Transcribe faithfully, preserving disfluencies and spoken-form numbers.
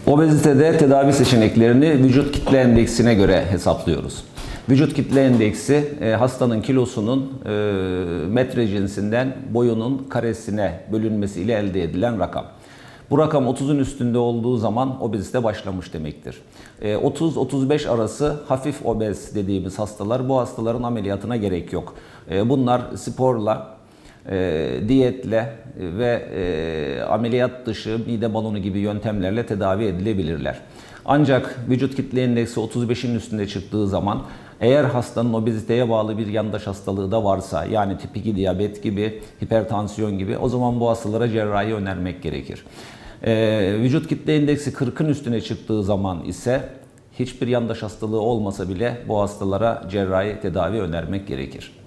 Obezitede tedavi seçeneklerini vücut kitle endeksine göre hesaplıyoruz. Vücut kitle endeksi e, hastanın kilosunun e, metre cinsinden boyunun karesine bölünmesiyle elde edilen rakam. Bu rakam otuzun üstünde olduğu zaman obezite başlamış demektir. E, otuz otuz beş arası hafif obez dediğimiz hastalar, bu hastaların ameliyatına gerek yok. E, bunlar sporla, E, diyetle ve e, ameliyat dışı mide balonu gibi yöntemlerle tedavi edilebilirler. Ancak vücut kitle endeksi otuz beşin üstünde çıktığı zaman, eğer hastanın obeziteye bağlı bir yandaş hastalığı da varsa, yani tip iki diyabet gibi, hipertansiyon gibi, o zaman bu hastalara cerrahi önermek gerekir. E, vücut kitle endeksi kırkın üstüne çıktığı zaman ise hiçbir yandaş hastalığı olmasa bile bu hastalara cerrahi tedavi önermek gerekir.